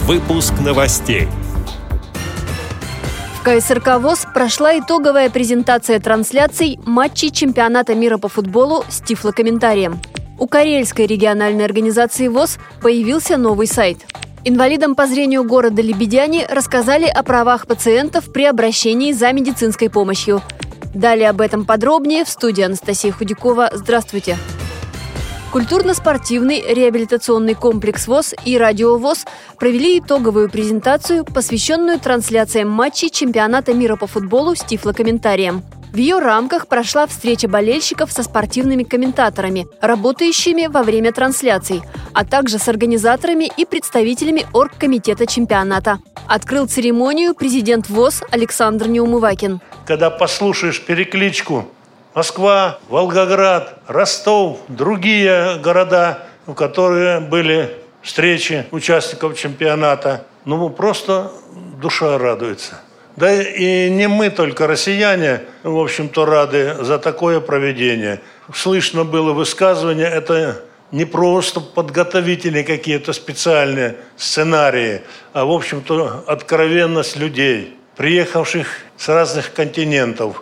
Выпуск новостей. В КСРК ВОС прошла итоговая презентация трансляций матчей чемпионата мира по футболу с тифлокомментарием. У Карельской региональной организации ВОС появился новый сайт. Инвалидам по зрению города Лебедяне рассказали о правах пациентов при обращении за медицинской помощью. Далее об этом подробнее в студии Анастасия Худякова. Здравствуйте! Культурно-спортивный реабилитационный комплекс ВОС и Радио ВОС провели итоговую презентацию, посвященную трансляциям матчей чемпионата мира по футболу с тифлокомментарием. В ее рамках прошла встреча болельщиков со спортивными комментаторами, работающими во время трансляций, а также с организаторами и представителями оргкомитета чемпионата. Открыл церемонию президент ВОС Александр Неумывакин. Когда послушаешь перекличку Москва, Волгоград, Ростов, другие города, в которые были встречи участников чемпионата, просто душа радуется. Да и не мы только, россияне, в общем-то, рады за такое проведение. Слышно было высказывание, это не просто подготовительные какие-то специальные сценарии, а, в общем-то, откровенность людей, приехавших с разных континентов.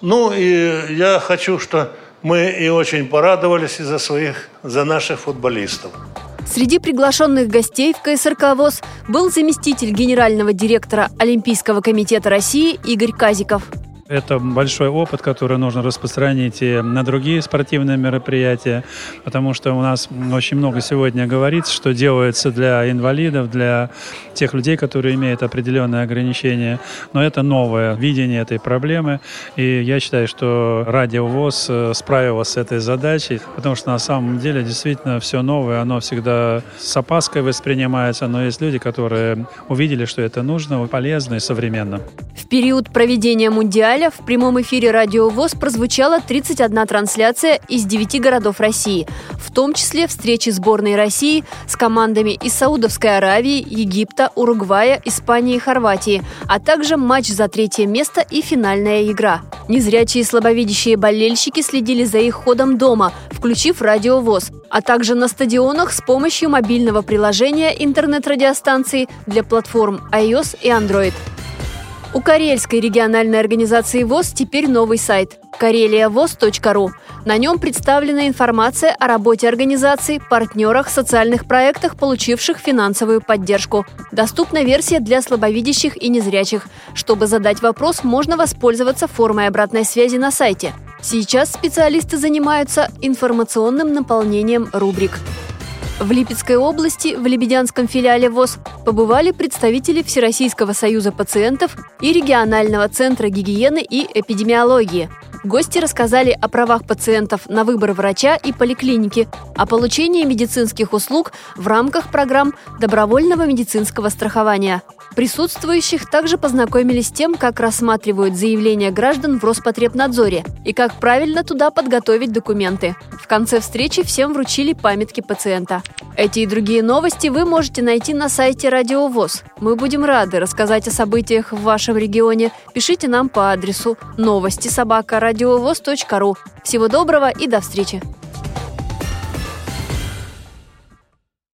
И я хочу, что мы и очень порадовались за наших футболистов. Среди приглашенных гостей в КСРК ВОС был заместитель генерального директора Олимпийского комитета России Игорь Казиков. Это большой опыт, который нужно распространить и на другие спортивные мероприятия, потому что у нас очень много сегодня говорится, что делается для инвалидов, для тех людей, которые имеют определенные ограничения. Но это новое видение этой проблемы, и я считаю, что Радио ВОС справилось с этой задачей, потому что на самом деле действительно все новое, оно всегда с опаской воспринимается, но есть люди, которые увидели, что это нужно, полезно и современно. В период проведения Мундиаля в прямом эфире Радио ВОС прозвучала 31 трансляция из 9 городов России, в том числе встречи сборной России с командами из Саудовской Аравии, Египта, Уругвая, Испании и Хорватии, а также матч за 3-е место и финальная игра. Незрячие и слабовидящие болельщики следили за их ходом дома, включив Радио ВОС, а также на стадионах с помощью мобильного приложения интернет-радиостанции для платформ iOS и Android. У Карельской региональной организации ВОС теперь новый сайт – kareliavoz.ru. На нем представлена информация о работе организации, партнерах, социальных проектах, получивших финансовую поддержку. Доступна версия для слабовидящих и незрячих. Чтобы задать вопрос, можно воспользоваться формой обратной связи на сайте. Сейчас специалисты занимаются информационным наполнением рубрик. В Липецкой области в лебедянском филиале ВОС побывали представители Всероссийского союза пациентов и регионального центра гигиены и эпидемиологии. Гости рассказали о правах пациентов на выбор врача и поликлиники, о получении медицинских услуг в рамках программ добровольного медицинского страхования. Присутствующих также познакомились с тем, как рассматривают заявления граждан в Роспотребнадзоре и как правильно туда подготовить документы. В конце встречи всем вручили памятки пациента. Эти и другие новости вы можете найти на сайте Радио ВОС. Мы будем рады рассказать о событиях в вашем регионе. Пишите нам по адресу новости@радиовоз.ру. Всего доброго и до встречи!